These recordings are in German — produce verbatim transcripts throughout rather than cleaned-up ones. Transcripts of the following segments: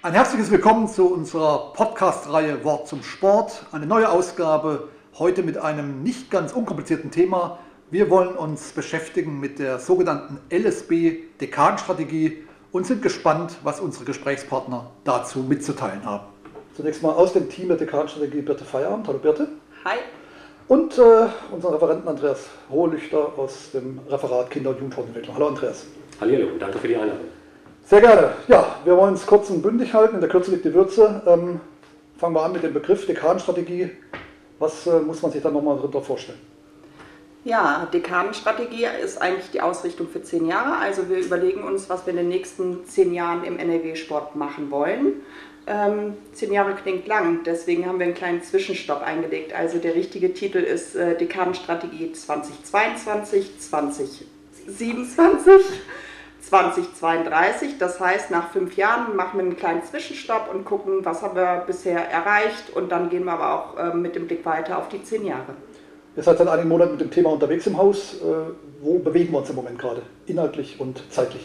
Ein herzliches Willkommen zu unserer Podcast-Reihe Wort zum Sport. Eine neue Ausgabe, heute mit einem nicht ganz unkomplizierten Thema. Wir wollen uns beschäftigen mit der sogenannten L S B-Dekadenstrategie und sind gespannt, was unsere Gesprächspartner dazu mitzuteilen haben. Zunächst mal aus dem Team der Dekadenstrategie Birte Feierabend. Hallo Birte. Hi. Und äh, unseren Referenten Andreas Hohelüchter aus dem Referat Kinder- und Jugendsportentwicklung. Hallo Andreas. Hallo, danke für die Einladung. Sehr gerne. Ja, wir wollen es kurz und bündig halten. In der Kürze liegt die Würze. Ähm, fangen wir an mit dem Begriff Dekadenstrategie. Was äh, muss man sich da nochmal darunter vorstellen? Ja, Dekadenstrategie ist eigentlich die Ausrichtung für zehn Jahre. Also wir überlegen uns, was wir in den nächsten zehn Jahren im N R W-Sport machen wollen. Ähm, zehn Jahre klingt lang, deswegen haben wir einen kleinen Zwischenstopp eingelegt. Also der richtige Titel ist äh, Dekadenstrategie zweitausendzweiundzwanzig, zweitausendsiebenundzwanzig. zweitausendzweiunddreißig, das heißt, nach fünf Jahren machen wir einen kleinen Zwischenstopp und gucken, was haben wir bisher erreicht, und dann gehen wir aber auch äh, mit dem Blick weiter auf die zehn Jahre. Ihr seid seit einigen Monaten mit dem Thema unterwegs im Haus. Äh, wo bewegen wir uns im Moment gerade, inhaltlich und zeitlich?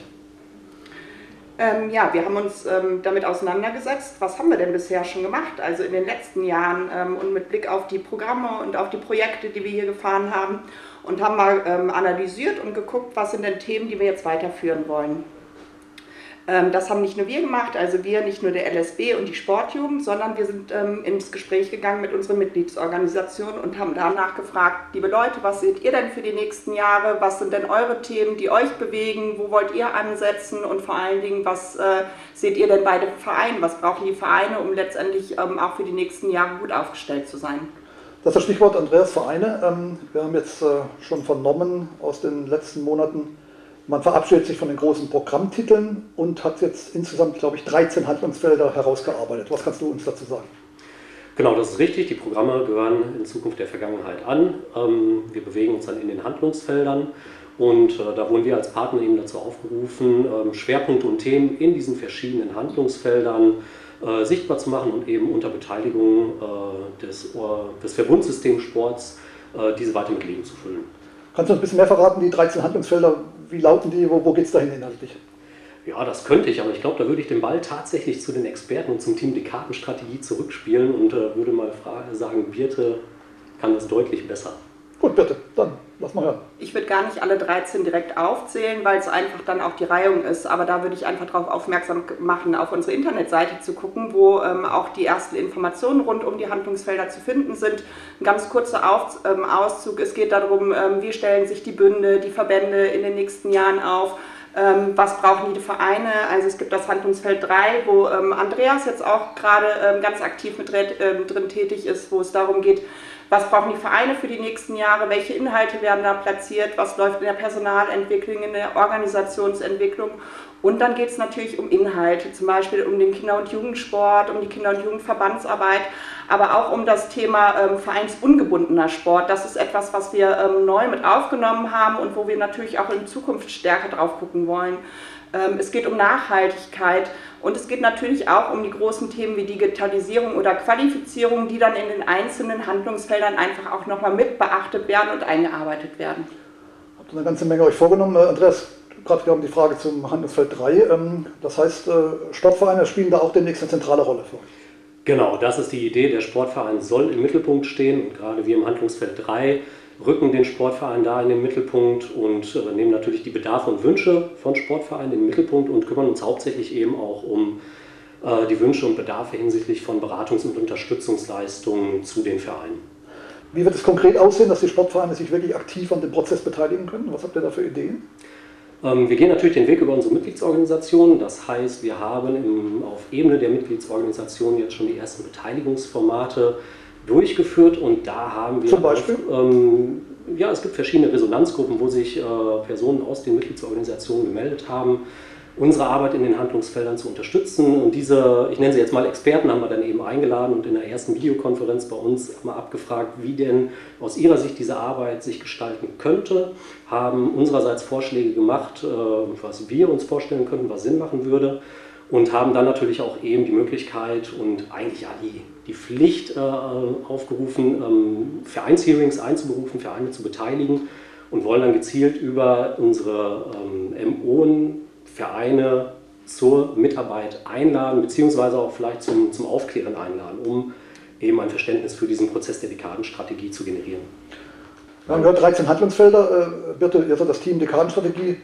Ähm, ja, wir haben uns ähm, damit auseinandergesetzt, was haben wir denn bisher schon gemacht, also in den letzten Jahren, ähm, und mit Blick auf die Programme und auf die Projekte, die wir hier gefahren haben, und haben mal ähm, analysiert und geguckt, was sind denn Themen, die wir jetzt weiterführen wollen. Ähm, das haben nicht nur wir gemacht, also wir, nicht nur der L S B und die Sportjugend, sondern wir sind ähm, ins Gespräch gegangen mit unseren Mitgliedsorganisationen und haben danach gefragt, liebe Leute, was seht ihr denn für die nächsten Jahre, was sind denn eure Themen, die euch bewegen, wo wollt ihr ansetzen, und vor allen Dingen, was äh, seht ihr denn bei den Vereinen, was brauchen die Vereine, um letztendlich ähm, auch für die nächsten Jahre gut aufgestellt zu sein. Das ist das Stichwort, Andreas, Vereine. Ähm, wir haben jetzt äh, schon vernommen aus den letzten Monaten, man verabschiedet sich von den großen Programmtiteln und hat jetzt insgesamt, glaube ich, dreizehn Handlungsfelder herausgearbeitet. Was kannst du uns dazu sagen? Genau, das ist richtig. Die Programme gehören in Zukunft der Vergangenheit an. Ähm, wir bewegen uns dann in den Handlungsfeldern, und äh, da wurden wir als Partner eben dazu aufgerufen, ähm, Schwerpunkte und Themen in diesen verschiedenen Handlungsfeldern äh, sichtbar zu machen und eben unter Beteiligung äh, des, uh, des Verbundsystems Sports äh, diese weiter mit Leben zu füllen. Kannst du uns ein bisschen mehr verraten, die dreizehn Handlungsfelder, wie lauten die, wo, wo geht es dahin inhaltlich? Ja, das könnte ich, aber ich glaube, da würde ich den Ball tatsächlich zu den Experten und zum Team Dekadenstrategie zurückspielen und äh, würde mal sagen, Birte kann das deutlich besser. Gut, bitte, dann lass mal hören. Ich würde gar nicht alle dreizehn direkt aufzählen, weil es einfach dann auch die Reihung ist, aber da würde ich einfach darauf aufmerksam machen, auf unsere Internetseite zu gucken, wo ähm, auch die ersten Informationen rund um die Handlungsfelder zu finden sind. Ein ganz kurzer Auf, ähm, Auszug, es geht darum, ähm, wie stellen sich die Bünde, die Verbände in den nächsten Jahren auf, ähm, was brauchen die Vereine, also es gibt das Handlungsfeld drei, wo ähm, Andreas jetzt auch gerade ähm, ganz aktiv mit ähm, drin tätig ist, wo es darum geht, was brauchen die Vereine für die nächsten Jahre, welche Inhalte werden da platziert, was läuft in der Personalentwicklung, in der Organisationsentwicklung. Und dann geht es natürlich um Inhalte, zum Beispiel um den Kinder- und Jugendsport, um die Kinder- und Jugendverbandsarbeit, aber auch um das Thema ähm, vereinsungebundener Sport. Das ist etwas, was wir ähm, neu mit aufgenommen haben und wo wir natürlich auch in Zukunft stärker drauf gucken wollen. Ähm, es geht um Nachhaltigkeit. Und es geht natürlich auch um die großen Themen wie Digitalisierung oder Qualifizierung, die dann in den einzelnen Handlungsfeldern einfach auch nochmal mit beachtet werden und eingearbeitet werden. Habt ihr eine ganze Menge euch vorgenommen. Äh, Andreas, gerade wir haben die Frage zum Handlungsfeld drei. Ähm, das heißt, äh, Sportvereine spielen da auch demnächst eine zentrale Rolle für euch. Genau, das ist die Idee. Der Sportverein soll im Mittelpunkt stehen, und gerade wir im Handlungsfeld drei rücken den Sportverein da in den Mittelpunkt und äh, nehmen natürlich die Bedarfe und Wünsche von Sportvereinen in den Mittelpunkt und kümmern uns hauptsächlich eben auch um äh, die Wünsche und Bedarfe hinsichtlich von Beratungs- und Unterstützungsleistungen zu den Vereinen. Wie wird es konkret aussehen, dass die Sportvereine sich wirklich aktiv an dem Prozess beteiligen können? Was habt ihr da für Ideen? Ähm, wir gehen natürlich den Weg über unsere Mitgliedsorganisation. Das heißt, wir haben im, auf Ebene der Mitgliedsorganisation jetzt schon die ersten Beteiligungsformate durchgeführt, und da haben wir Zum Beispiel? Auch, ähm, ja, es gibt verschiedene Resonanzgruppen, wo sich äh, Personen aus den Mitgliedsorganisationen gemeldet haben, unsere Arbeit in den Handlungsfeldern zu unterstützen, und diese, ich nenne sie jetzt mal Experten, haben wir dann eben eingeladen und in der ersten Videokonferenz bei uns mal abgefragt, wie denn aus ihrer Sicht diese Arbeit sich gestalten könnte, haben unsererseits Vorschläge gemacht, äh, was wir uns vorstellen könnten, was Sinn machen würde, und haben dann natürlich auch eben die Möglichkeit und eigentlich ja die, die Pflicht äh, aufgerufen, ähm, Vereinshearings einzuberufen, Vereine zu beteiligen, und wollen dann gezielt über unsere ähm, M O N Vereine zur Mitarbeit einladen, beziehungsweise auch vielleicht zum, zum Aufklären einladen, um eben ein Verständnis für diesen Prozess der Dekadenstrategie zu generieren. Wir haben gehört, dreizehn Handlungsfelder. Birte, ihr seid das Team Dekadenstrategie.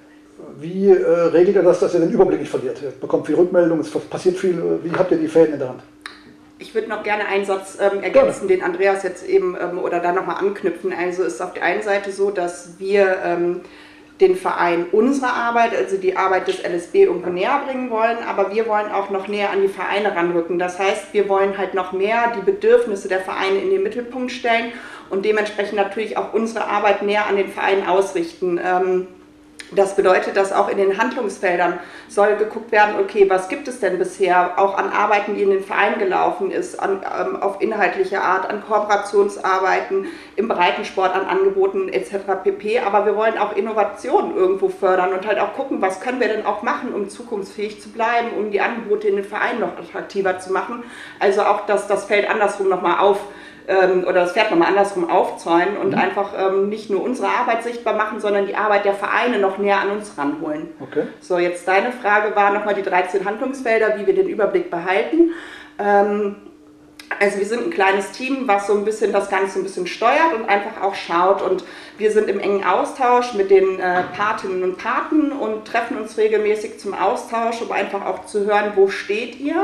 Wie äh, regelt ihr das, dass ihr den Überblick nicht verliert? Ihr bekommt viel Rückmeldung, es passiert viel. Wie habt ihr die Fäden in der Hand? Ich würde noch gerne einen Satz ähm, ergänzen, den Andreas jetzt eben ähm, oder da nochmal anknüpfen. Also ist auf der einen Seite so, dass wir ähm, den Verein unsere Arbeit, also die Arbeit des L S B irgendwo näher bringen wollen, aber wir wollen auch noch näher an die Vereine ranrücken. Das heißt, wir wollen halt noch mehr die Bedürfnisse der Vereine in den Mittelpunkt stellen und dementsprechend natürlich auch unsere Arbeit näher an den Vereinen ausrichten. Ähm, Das bedeutet, dass auch in den Handlungsfeldern soll geguckt werden, okay, was gibt es denn bisher, auch an Arbeiten, die in den Vereinen gelaufen ist, an, ähm, auf inhaltliche Art, an Kooperationsarbeiten, im Breitensport, an Angeboten et cetera pp. Aber wir wollen auch Innovationen irgendwo fördern und halt auch gucken, was können wir denn auch machen, um zukunftsfähig zu bleiben, um die Angebote in den Vereinen noch attraktiver zu machen. Also auch, dass das Feld andersrum nochmal auf oder das Pferd nochmal andersrum aufzäunen und mhm. einfach ähm, nicht nur unsere Arbeit sichtbar machen, sondern die Arbeit der Vereine noch näher an uns ranholen. Okay. So, jetzt deine Frage war nochmal die dreizehn Handlungsfelder, wie wir den Überblick behalten. Ähm, also wir sind ein kleines Team, was so ein bisschen das Ganze ein bisschen steuert und einfach auch schaut, und wir sind im engen Austausch mit den äh, Patinnen und Paten und treffen uns regelmäßig zum Austausch, um einfach auch zu hören, wo steht ihr.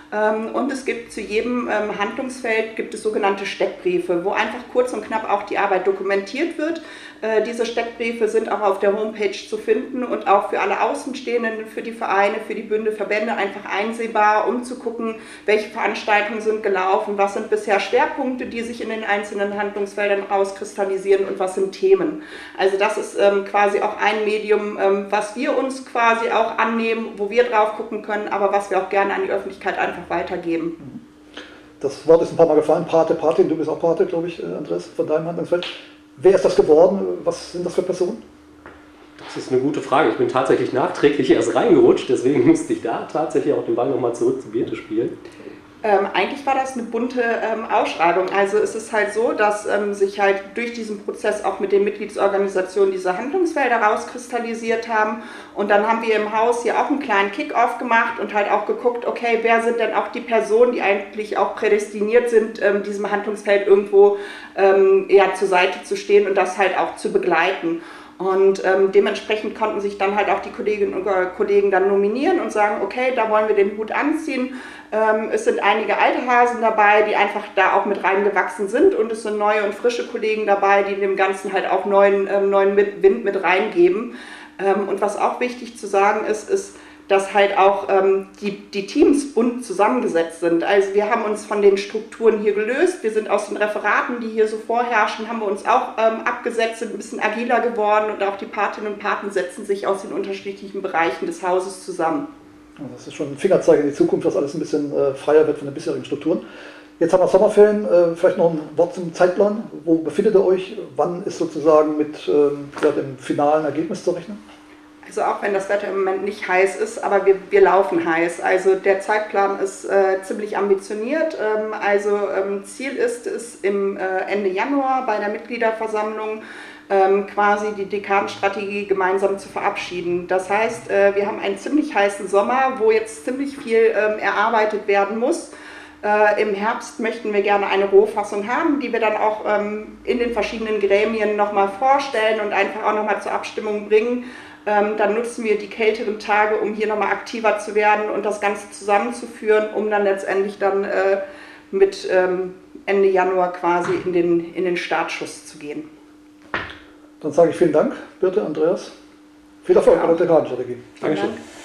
Und es gibt zu jedem Handlungsfeld gibt es sogenannte Steckbriefe, wo einfach kurz und knapp auch die Arbeit dokumentiert wird. Diese Steckbriefe sind auch auf der Homepage zu finden und auch für alle Außenstehenden, für die Vereine, für die Bünde, Verbände einfach einsehbar, um zu gucken, welche Veranstaltungen sind gelaufen, was sind bisher Schwerpunkte, die sich in den einzelnen Handlungsfeldern rauskristallisieren und was sind Themen. Also das ist ähm, quasi auch ein Medium, ähm, was wir uns quasi auch annehmen, wo wir drauf gucken können, aber was wir auch gerne an die Öffentlichkeit einfach weitergeben. Das Wort ist ein paar Mal gefallen, Pate, Patin, du bist auch Pate, glaube ich, Andreas, von deinem Handlungsfeld. Wer ist das geworden? Was sind das für Personen? Das ist eine gute Frage. Ich bin tatsächlich nachträglich erst reingerutscht, deswegen musste ich da tatsächlich auch den Ball nochmal zurück zu Birte spielen. Ähm, eigentlich war das eine bunte ähm, Ausschreibung. Also es ist halt so, dass ähm, sich halt durch diesen Prozess auch mit den Mitgliedsorganisationen diese Handlungsfelder rauskristallisiert haben. Und dann haben wir im Haus hier auch einen kleinen Kick-Off gemacht und halt auch geguckt, okay, wer sind denn auch die Personen, die eigentlich auch prädestiniert sind, ähm, diesem Handlungsfeld irgendwo ähm, eher zur Seite zu stehen und das halt auch zu begleiten. Und ähm, dementsprechend konnten sich dann halt auch die Kolleginnen und Kollegen dann nominieren und sagen, okay, da wollen wir den Hut anziehen. Ähm, es sind einige alte Hasen dabei, die einfach da auch mit reingewachsen sind, und es sind neue und frische Kollegen dabei, die dem Ganzen halt auch neuen, ähm, neuen Wind mit reingeben. Ähm, und was auch wichtig zu sagen ist, ist, dass halt auch ähm, die, die Teams bunt zusammengesetzt sind. Also wir haben uns von den Strukturen hier gelöst, wir sind aus den Referaten, die hier so vorherrschen, haben wir uns auch ähm, abgesetzt, sind ein bisschen agiler geworden, und auch die Patinnen und Paten setzen sich aus den unterschiedlichen Bereichen des Hauses zusammen. Das ist schon ein Fingerzeig in die Zukunft, dass alles ein bisschen äh, freier wird von den bisherigen Strukturen. Jetzt haben wir Sommerferien, äh, vielleicht noch ein Wort zum Zeitplan. Wo befindet ihr euch? Wann ist sozusagen mit ähm, ja, dem finalen Ergebnis zu rechnen? Also auch wenn das Wetter im Moment nicht heiß ist, aber wir, wir laufen heiß. Also der Zeitplan ist äh, ziemlich ambitioniert. Ähm, also ähm, Ziel ist es im äh, Ende Januar bei der Mitgliederversammlung ähm, quasi die Dekadenstrategie gemeinsam zu verabschieden. Das heißt, äh, wir haben einen ziemlich heißen Sommer, wo jetzt ziemlich viel ähm, erarbeitet werden muss. Äh, Im Herbst möchten wir gerne eine Rohfassung haben, die wir dann auch ähm, in den verschiedenen Gremien nochmal vorstellen und einfach auch nochmal zur Abstimmung bringen. Ähm, dann nutzen wir die kälteren Tage, um hier nochmal aktiver zu werden und das Ganze zusammenzuführen, um dann letztendlich dann äh, mit ähm, Ende Januar quasi in den, in den Startschuss zu gehen. Dann sage ich vielen Dank, Birte, Andreas. Viel Erfolg bei der Dekadenstrategie. Dankeschön.